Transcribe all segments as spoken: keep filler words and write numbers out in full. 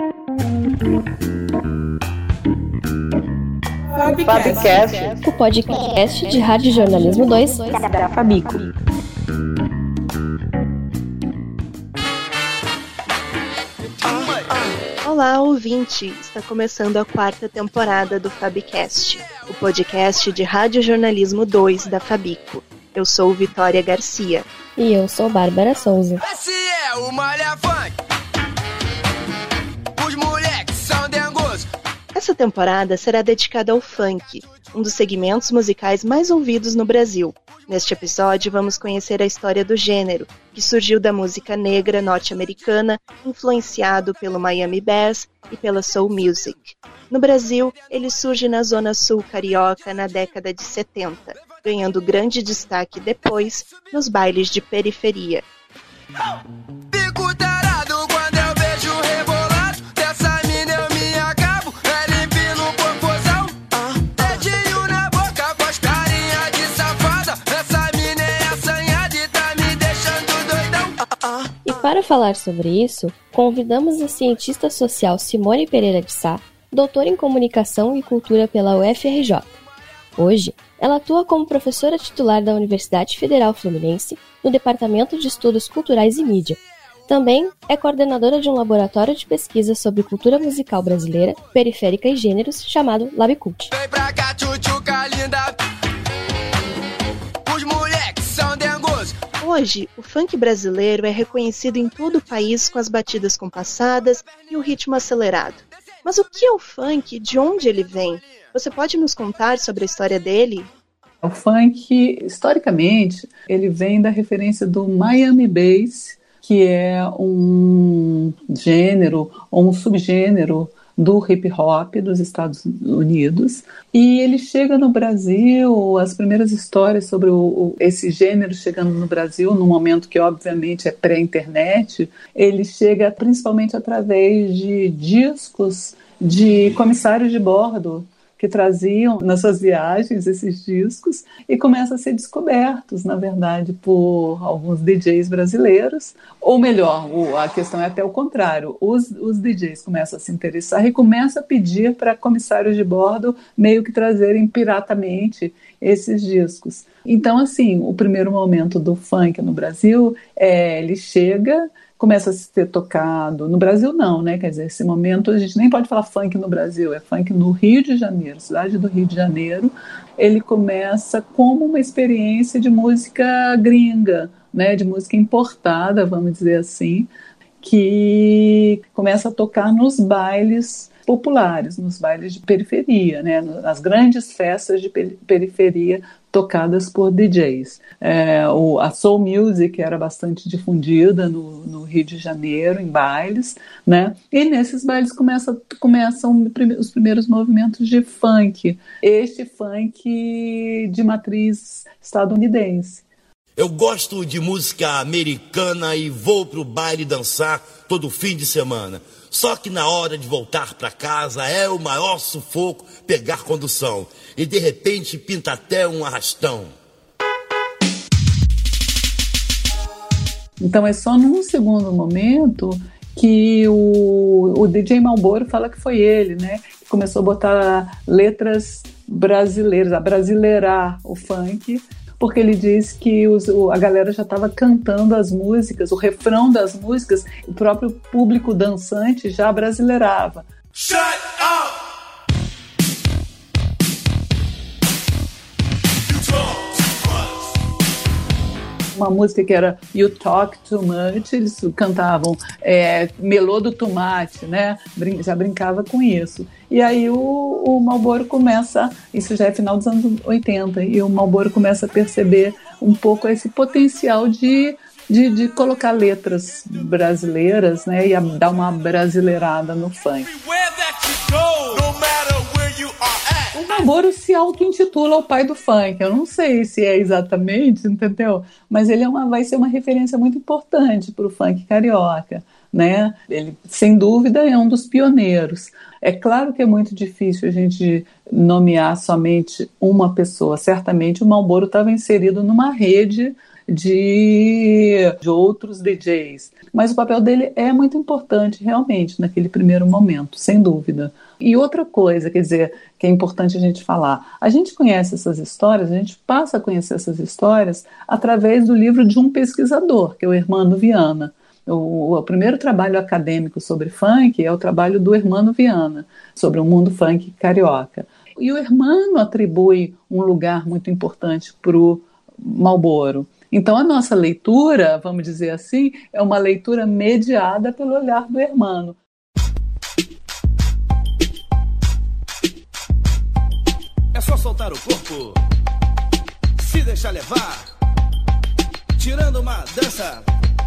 Fabcast, o podcast de Rádio Jornalismo dois da Fabico. Olá, ouvinte! Está começando a quarta temporada do Fabcast, o podcast de Rádio Jornalismo dois da Fabico. Eu sou Vitória Garcia. E eu sou Bárbara Souza. Esse é o Malha Funk. Os moleques são dengosos. Essa temporada será dedicada ao funk, um dos segmentos musicais mais ouvidos no Brasil. Neste episódio, vamos conhecer a história do gênero, que surgiu da música negra norte-americana, influenciado pelo Miami Bass e pela Soul Music. No Brasil, ele surge na Zona Sul carioca na década de setenta, ganhando grande destaque depois nos bailes de periferia. Fico tarado quando eu vejo o rebolado dessa mina, eu me acabo, ela empina o popozão. Dedinho na boca, faz carinha de safada. Essa mina é assanhada e tá me deixando doidão. E para falar sobre isso, convidamos a cientista social Simone Pereira de Sá, doutora em Comunicação e Cultura pela U F R J. Hoje, ela atua como professora titular da Universidade Federal Fluminense no Departamento de Estudos Culturais e Mídia. Também é coordenadora de um laboratório de pesquisa sobre cultura musical brasileira, periférica e gêneros, chamado LabCult. Vem pra cá, tchutchuca linda. Os moleques são dengosos. Hoje, o funk brasileiro é reconhecido em todo o país com as batidas compassadas e o ritmo acelerado. Mas o que é o funk? De onde ele vem? Você pode nos contar sobre a história dele? O funk, historicamente, ele vem da referência do Miami Bass, que é um gênero ou um subgênero do hip hop dos Estados Unidos, e ele chega no Brasil, as primeiras histórias sobre o, o, esse gênero chegando no Brasil, num momento que obviamente é pré-internet, ele chega principalmente através de discos de comissários de bordo, que traziam nas suas viagens esses discos e começam a ser descobertos, na verdade, por alguns D Js brasileiros, ou melhor, a questão é até o contrário, os, os D Js começam a se interessar e começam a pedir para comissários de bordo meio que trazerem piratamente esses discos. Então, assim, o primeiro momento do funk no Brasil, é, ele chega, começa a ser tocado, no Brasil não, né, quer dizer, esse momento a gente nem pode falar funk no Brasil, é funk no Rio de Janeiro, cidade do Rio de Janeiro, ele começa como uma experiência de música gringa, né, de música importada, vamos dizer assim, que começa a tocar nos bailes populares, nos bailes de periferia, né, nas grandes festas de periferia tocadas por D Js. É, o, a Soul Music era bastante difundida no, no Rio de Janeiro, em bailes, né? E nesses bailes começa, começam os primeiros movimentos de funk, este funk de matriz estadunidense. Eu gosto de música americana e vou pro baile dançar todo fim de semana. Só que na hora de voltar para casa é o maior sufoco pegar condução. E de repente pinta até um arrastão. Então é só num segundo momento que o, o D J Malboro fala que foi ele, né? Que começou a botar letras brasileiras, a brasileirar o funk, porque ele diz que os, a galera já estava cantando as músicas, o refrão das músicas, o próprio público dançante já brasileirava. Shut up! Uma música que era You Talk Too Much, eles cantavam é, Melô do Tomate, né? Brin- já brincava com isso. E aí o, o Malboro começa, isso já é final dos anos oitenta, e o Malboro começa a perceber um pouco esse potencial de, de, de colocar letras brasileiras, né? E a, dar uma brasileirada no funk. O Malboro se auto-intitula o pai do funk. Eu não sei se é exatamente, entendeu? Mas ele é uma, vai ser uma referência muito importante para o funk carioca, né? Ele, sem dúvida, é um dos pioneiros. É claro que é muito difícil a gente nomear somente uma pessoa. Certamente o Malboro estava inserido numa rede de, de outros D Js. Mas o papel dele é muito importante, realmente, naquele primeiro momento, sem dúvida. E outra coisa, quer dizer, que é importante a gente falar, a gente conhece essas histórias, a gente passa a conhecer essas histórias através do livro de um pesquisador, que é o Hermano Viana. O, o primeiro trabalho acadêmico sobre funk é o trabalho do Hermano Viana, sobre o mundo funk carioca. E o Hermano atribui um lugar muito importante para o Marlboro. Então a nossa leitura, vamos dizer assim, é uma leitura mediada pelo olhar do Hermano. É só soltar o corpo, se deixar levar, tirando uma dança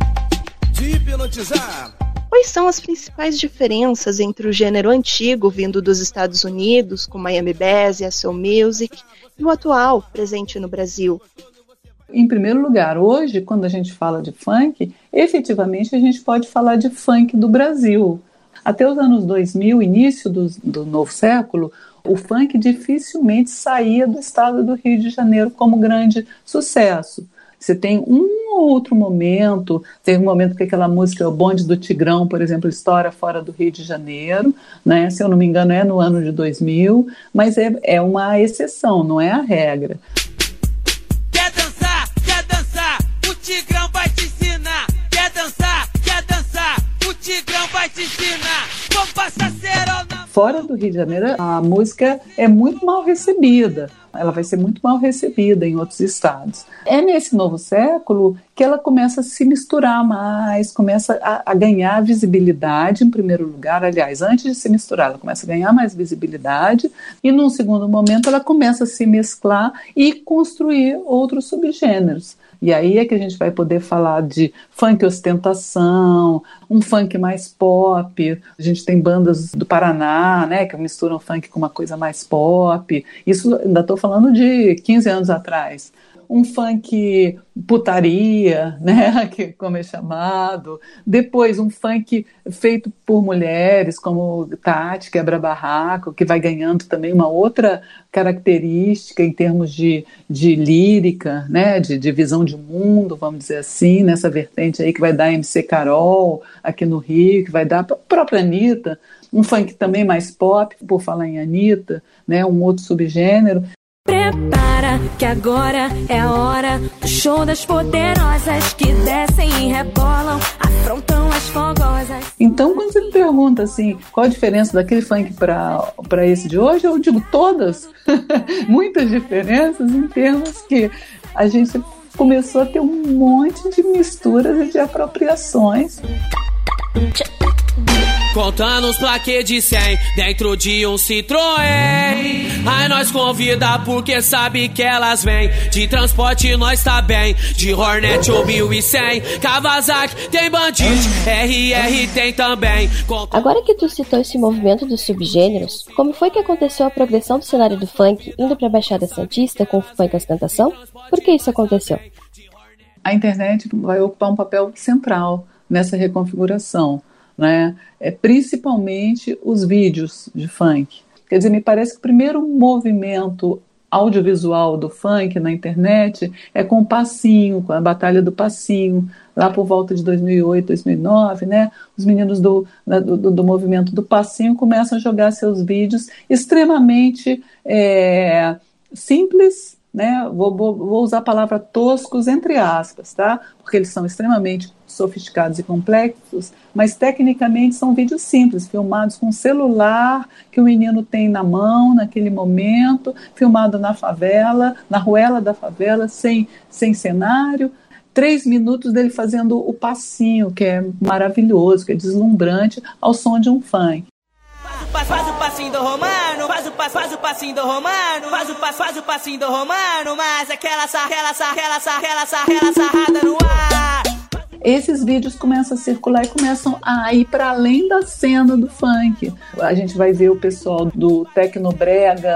de hipnotizar. Quais são as principais diferenças entre o gênero antigo, vindo dos Estados Unidos, com Miami Bass e a Soul Music, e o atual, presente no Brasil? Em primeiro lugar, hoje, quando a gente fala de funk, efetivamente a gente pode falar de funk do Brasil. Até os anos dois mil, início do, do novo século, o funk dificilmente saía do estado do Rio de Janeiro como grande sucesso. Você tem um ou outro momento, tem um momento que aquela música, o Bonde do Tigrão, por exemplo, estoura fora do Rio de Janeiro, né? Se eu não me engano é no ano de dois mil, mas é, é uma exceção, não é a regra. Quer dançar, quer dançar, o Tigrão vai te ensinar. Quer dançar, quer dançar, o Tigrão vai te ensinar. Como passa cerol na... Fora do Rio de Janeiro, a música é muito mal recebida. Ela vai ser muito mal recebida em outros estados. É nesse novo século que ela começa a se misturar mais, começa a, a ganhar visibilidade em primeiro lugar. Aliás, antes de se misturar, ela começa a ganhar mais visibilidade e num segundo momento ela começa a se mesclar e construir outros subgêneros. E aí é que a gente vai poder falar de funk ostentação, um funk mais pop. A gente tem bandas do Paraná, né, que misturam funk com uma coisa mais pop. Isso ainda estou falando de quinze anos atrás. Um funk putaria, né, que, como é chamado. Depois um funk feito por mulheres, como Tati, Quebra Barraco, que vai ganhando também uma outra característica em termos de, de lírica, né, de, de visão de mundo, vamos dizer assim, nessa vertente aí que vai dar M C Carol aqui no Rio, que vai dar a própria Anitta. Um funk também mais pop, por falar em Anitta, né, um outro subgênero. Prepara que agora é a hora do show das poderosas que descem e rebolam, afrontam as fogosas. Então, quando você me pergunta assim, qual a diferença daquele funk para para esse de hoje, eu digo todas, muitas diferenças em termos que a gente começou a ter um monte de misturas e de apropriações. Contando os plaquês de cem dentro de um Citroën. Aí nós convida porque sabe que elas vêm. De transporte nós tá bem, de Hornet ou mil e cem. Kawasaki tem Bandit, R R tem também. Cont... Agora que tu citou esse movimento dos subgêneros, como foi que aconteceu a progressão do cenário do funk indo pra Baixada Santista com o funk ostentação? Por que isso aconteceu? A internet vai ocupar um papel central nessa reconfiguração, né? É, principalmente os vídeos de funk. Quer dizer, me parece que o primeiro movimento audiovisual do funk na internet é com o passinho, com a Batalha do Passinho, lá por volta de dois mil e oito, dois mil e nove, né? Os meninos do, do, do movimento do passinho começam a jogar seus vídeos extremamente é, simples, né? Vou, vou, vou usar a palavra toscos entre aspas, tá? Porque eles são extremamente sofisticados e complexos, mas tecnicamente são vídeos simples, filmados com celular que o menino tem na mão naquele momento, filmado na favela, na ruela da favela, sem, sem cenário. Três minutos dele fazendo o passinho, que é maravilhoso, que é deslumbrante, ao som de um funk. Faz, faz o passinho do romano, faz o, faz o passinho do romano, faz o, faz o passinho do romano, mas aquela sarrela, sarrela, sarrela, sarrela, sarrada no ar. Esses vídeos começam a circular e começam a ir para além da cena do funk. A gente vai ver o pessoal do Tecnobrega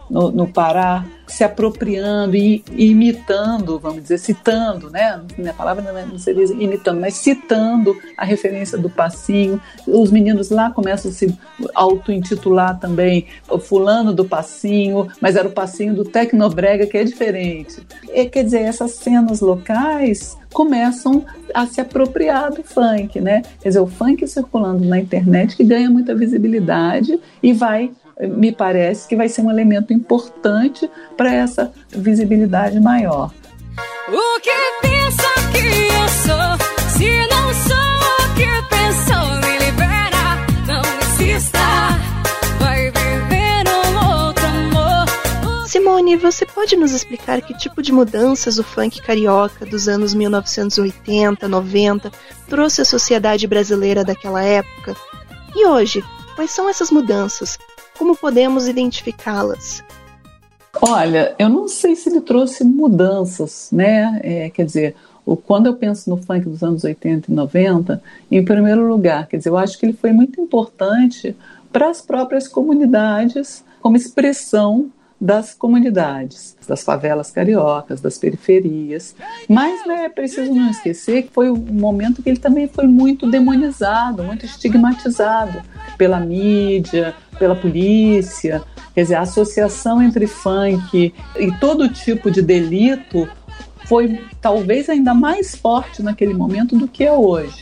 no, no Pará, se apropriando e imitando, vamos dizer, citando, né? A palavra não seria imitando, mas citando a referência do passinho. Os meninos lá começam a se auto-intitular também, o fulano do passinho, mas era o passinho do Tecnobrega, que é diferente. E, quer dizer, essas cenas locais começam a se apropriar do funk, né? Quer dizer, o funk circulando na internet que ganha muita visibilidade e vai, me parece que vai ser um elemento importante para essa visibilidade maior. O que pensa que eu sou? Se não sou o que pensou, me libera, não insista, vai viver um outro amor. Simone, você pode nos explicar que tipo de mudanças o funk carioca dos anos mil novecentos e oitenta, noventa trouxe à sociedade brasileira daquela época? E hoje, quais são essas mudanças? Como podemos identificá-las? Olha, eu não sei se ele trouxe mudanças, né? É, quer dizer, o, quando eu penso no funk dos anos oitenta e noventa, em primeiro lugar, quer dizer, eu acho que ele foi muito importante para as próprias comunidades, como expressão das comunidades, das favelas cariocas, das periferias. Mas, né, é preciso não esquecer que foi um momento que ele também foi muito demonizado, muito estigmatizado pela mídia, pela polícia. Quer dizer, a associação entre funk e todo tipo de delito foi talvez ainda mais forte naquele momento do que é hoje.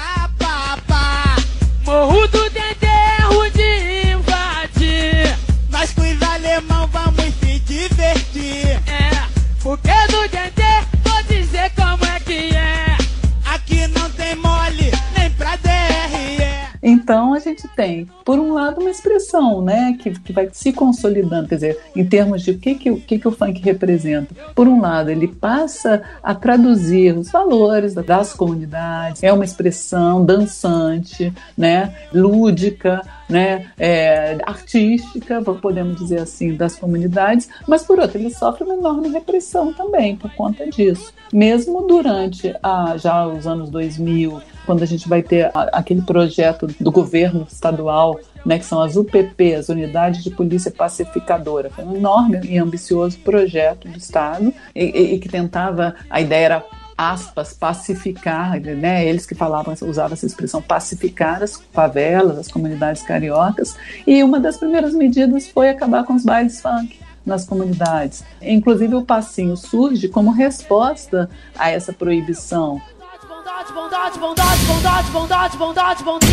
Morro do Dendê, erro de invadir. Nós com os alemão vamos se divertir. É, porque do Dendê vou dizer como é que é. Aqui não tem mole, nem pra D R E. Então a gente tem, por um lado, uma expressão, né, que, que vai se consolidando, quer dizer, em termos de o que, que, que, que o funk representa. Por um lado, ele passa a traduzir os valores das comunidades, é uma expressão dançante, né, lúdica, né, é, artística, podemos dizer assim, das comunidades, mas por outro, ele sofre uma enorme repressão também por conta disso. Mesmo durante a, já os anos dois mil, quando a gente vai ter a, aquele projeto do governo estadual, né, que são as U P P, as Unidades de Polícia Pacificadora. Foi um enorme e ambicioso projeto do Estado e, e, e que tentava, a ideia era, aspas, pacificar, né, eles que falavam, usavam essa expressão, pacificar as favelas, as comunidades cariocas, e uma das primeiras medidas foi acabar com os bailes funk nas comunidades. Inclusive o passinho surge como resposta a essa proibição. Bondade, bondade, bondade, bondade, bondade, bondade, bondade.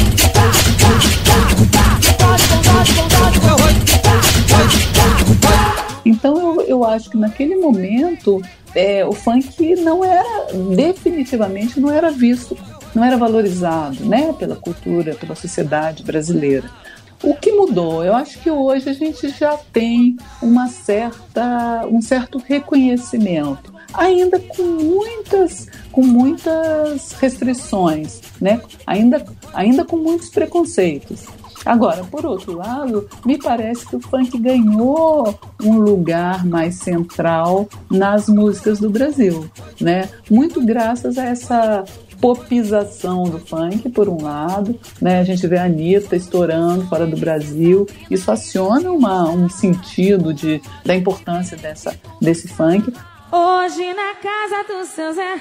Então eu, eu acho que naquele momento é, o funk não era, definitivamente não era visto, não era valorizado, né, pela cultura, pela sociedade brasileira. O que mudou? Eu acho que hoje a gente já tem uma certa, um certo reconhecimento, ainda com muitas, com muitas restrições, né? ainda, ainda com muitos preconceitos. Agora, por outro lado, me parece que o funk ganhou um lugar mais central nas músicas do Brasil, né? Muito graças a essa popização do funk, por um lado, né? A gente vê a Anitta estourando fora do Brasil, isso aciona uma, um sentido de, da importância dessa, desse funk. Hoje na casa do seu Zé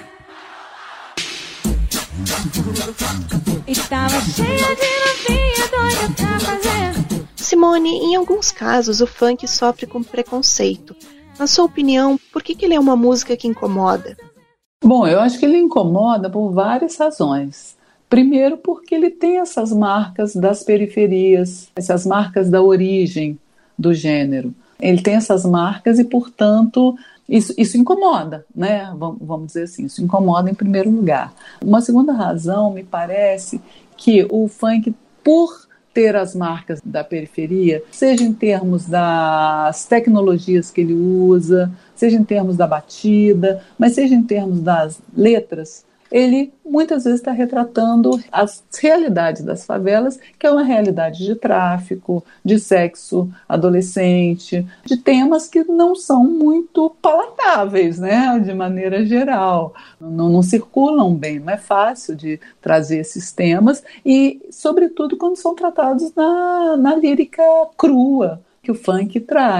estava cheia de novinha doida pra fazer. Simone, em alguns casos o funk sofre com preconceito. Na sua opinião, por que, que ele é uma música que incomoda? Bom, eu acho que ele incomoda por várias razões. Primeiro, porque ele tem essas marcas das periferias, essas marcas da origem do gênero. Ele tem essas marcas e, portanto, isso, isso incomoda, né? Vamos dizer assim, isso incomoda em primeiro lugar. Uma segunda razão, me parece, que o funk, por ter as marcas da periferia, seja em termos das tecnologias que ele usa, seja em termos da batida, mas seja em termos das letras, ele muitas vezes está retratando as realidades das favelas, que é uma realidade de tráfico, de sexo adolescente, de temas que não são muito palatáveis, né, de maneira geral. Não, não circulam bem, não é fácil de trazer esses temas, e sobretudo quando são tratados na, na lírica crua que o funk traz,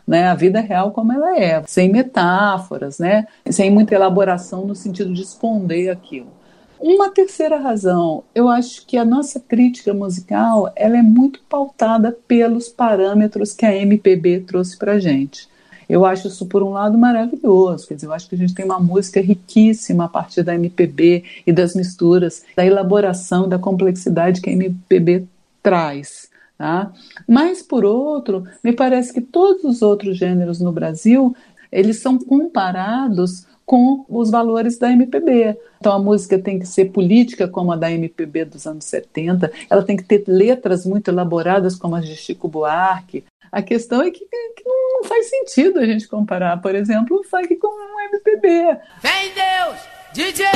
né? A vida real como ela é, sem metáforas, né? Sem muita elaboração no sentido de esconder aquilo. Uma terceira razão, eu acho que a nossa crítica musical ela é muito pautada pelos parâmetros que a M P B trouxe para a gente. Eu acho isso, por um lado, maravilhoso. Quer dizer, eu acho que a gente tem uma música riquíssima a partir da M P B e das misturas, da elaboração, da complexidade que a M P B traz. Tá? Mas, por outro, me parece que todos os outros gêneros no Brasil, eles são comparados com os valores da M P B. Então a música tem que ser política como a da M P B dos anos setenta, ela tem que ter letras muito elaboradas como as de Chico Buarque. A questão é que, que não faz sentido a gente comparar, por exemplo, o funk com o M P B. Vem Deus, D J!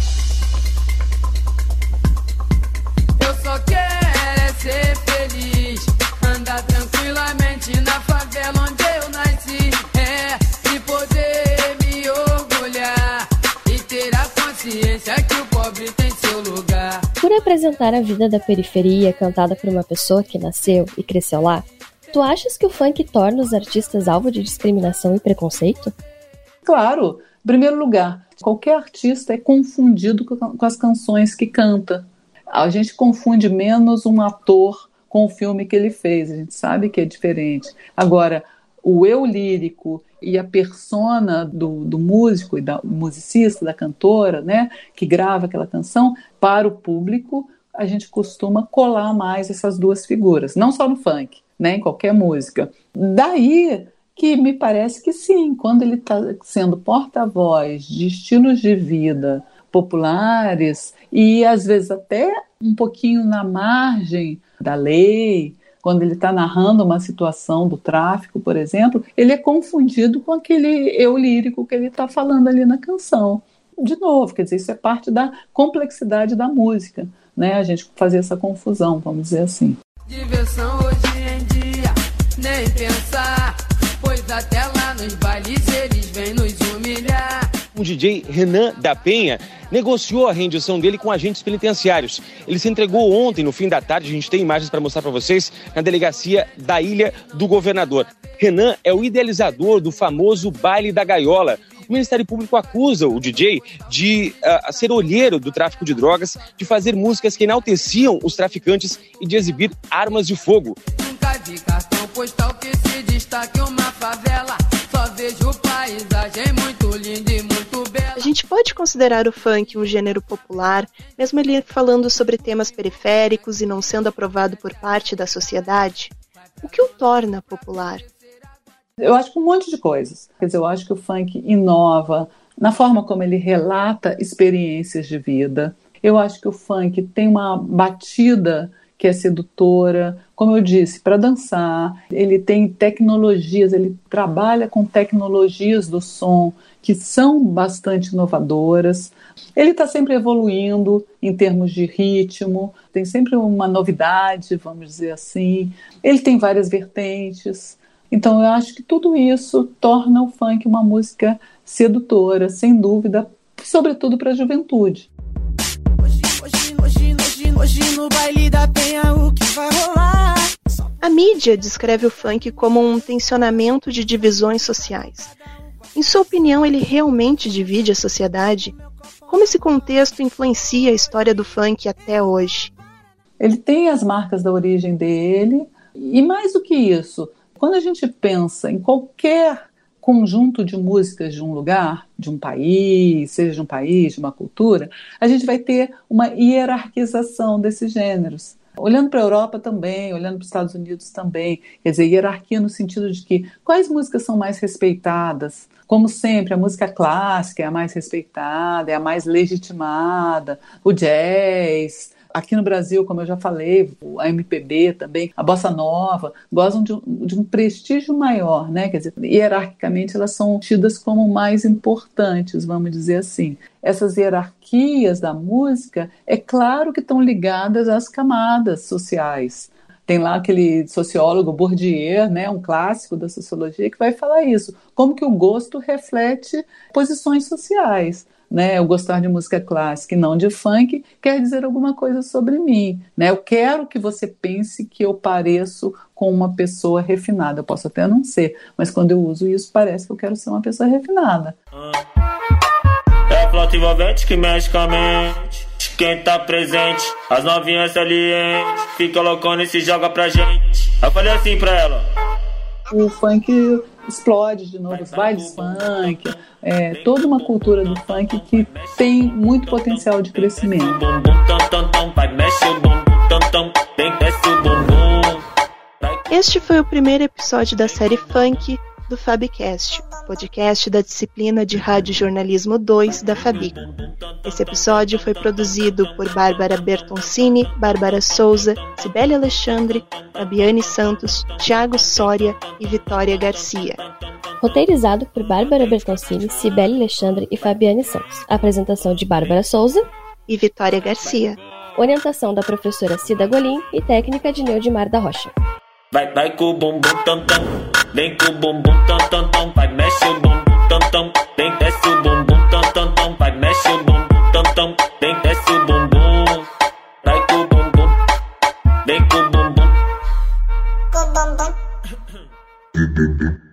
Eu só quero é ser feliz, andar tranquilamente na favela onde eu nasci, é, e poder me orgulhar e ter a consciência que o pobre tem seu lugar. Por apresentar a vida da periferia cantada por uma pessoa que nasceu e cresceu lá, tu achas que o funk torna os artistas alvo de discriminação e preconceito? Claro. Em primeiro lugar, qualquer artista é confundido com as canções que canta. A gente confunde menos um ator com o filme que ele fez, a gente sabe que é diferente. Agora, o eu lírico e a persona do, do músico e da musicista, da cantora, né, que grava aquela canção, para o público, a gente costuma colar mais essas duas figuras, não só no funk, né, em qualquer música. Daí que me parece que sim, quando ele está sendo porta-voz de estilos de vida populares e às vezes até um pouquinho na margem da lei, quando ele está narrando uma situação do tráfico, por exemplo, ele é confundido com aquele eu lírico que ele está falando ali na canção. De novo, quer dizer, isso é parte da complexidade da música, né? A gente fazer essa confusão, vamos dizer assim. Diversão hoje em dia, nem pensar, pois até lá nos bailes eles vêm nos humilhar. O D J Renan da Penha negociou a rendição dele com agentes penitenciários. Ele se entregou ontem, no fim da tarde, a gente tem imagens para mostrar para vocês, na delegacia da Ilha do Governador. Renan é o idealizador do famoso Baile da Gaiola. O Ministério Público acusa o D J de uh, ser olheiro do tráfico de drogas, de fazer músicas que enalteciam os traficantes e de exibir armas de fogo. Nunca vi cartão postal que se destaque uma favela. Só vejo paisagem muito linda e muito bela. A gente pode considerar o funk um gênero popular, mesmo ele falando sobre temas periféricos e não sendo aprovado por parte da sociedade? O que o torna popular? Eu acho que um monte de coisas. Quer dizer, eu acho que o funk inova na forma como ele relata experiências de vida. Eu acho que o funk tem uma batida que é sedutora, como eu disse, para dançar. Ele tem tecnologias, ele trabalha com tecnologias do som que são bastante inovadoras. Ele está sempre evoluindo em termos de ritmo, tem sempre uma novidade, vamos dizer assim. Ele tem várias vertentes. Então eu acho que tudo isso torna o funk uma música sedutora, sem dúvida, sobretudo para a juventude. Hoje, hoje, hoje, hoje, hoje no baile da Penha o que vai rolar? A mídia descreve o funk como um tensionamento de divisões sociais. Em sua opinião, ele realmente divide a sociedade? Como esse contexto influencia a história do funk até hoje? Ele tem as marcas da origem dele, e mais do que isso, quando a gente pensa em qualquer conjunto de músicas de um lugar, de um país, seja de um país, de uma cultura, a gente vai ter uma hierarquização desses gêneros. Olhando para a Europa também, olhando para os Estados Unidos também, quer dizer, hierarquia no sentido de que quais músicas são mais respeitadas? Como sempre, a música clássica é a mais respeitada, é a mais legitimada, o jazz. Aqui no Brasil, como eu já falei, a M P B também, a bossa nova, gozam de um, de um prestígio maior, né? Quer dizer, hierarquicamente elas são tidas como mais importantes, vamos dizer assim. Essas hierarquias da música, é claro que estão ligadas às camadas sociais. Tem lá aquele sociólogo Bourdieu, né, um clássico da sociologia, que vai falar isso, como que o gosto reflete posições sociais. né, eu gostar de música clássica e não de funk, quer dizer alguma coisa sobre mim, né? Eu quero que você pense que eu pareço com uma pessoa refinada. Eu posso até não ser, mas quando eu uso isso, parece que eu quero ser uma pessoa refinada. É a flauta envolvente que mexe com a mente. Quem tá presente, as novinhas salientes, fica loucona e se joga pra gente. Eu falei assim pra ela. O funk explode de novo, os bailes funk, é, toda uma cultura do funk que tem muito potencial de crescimento. Este foi o primeiro episódio da série Funk do Fabcast, podcast da disciplina de Radiojornalismo dois da Fabic. Esse episódio foi produzido por Bárbara Bertoncini, Bárbara Souza, Cibele Alexandre, Fabiane Santos, Thiago Soria e Vitória Garcia. Roteirizado por Bárbara Bertoncini, Cibele Alexandre e Fabiane Santos. Apresentação de Bárbara Souza e Vitória Garcia. Orientação da professora Cida Golim e técnica de Neudimar da Rocha. Vai, vai com o bumbum tam tam, vem com o bumbum tam tam tam, vai mexe o bumbum tam tam, vem desce o bumbum tam tam tam, vai mexe o bumbum tam tam, vem desce o bumbum, vai com o bumbum, vem com o bumbum, com o bumbum.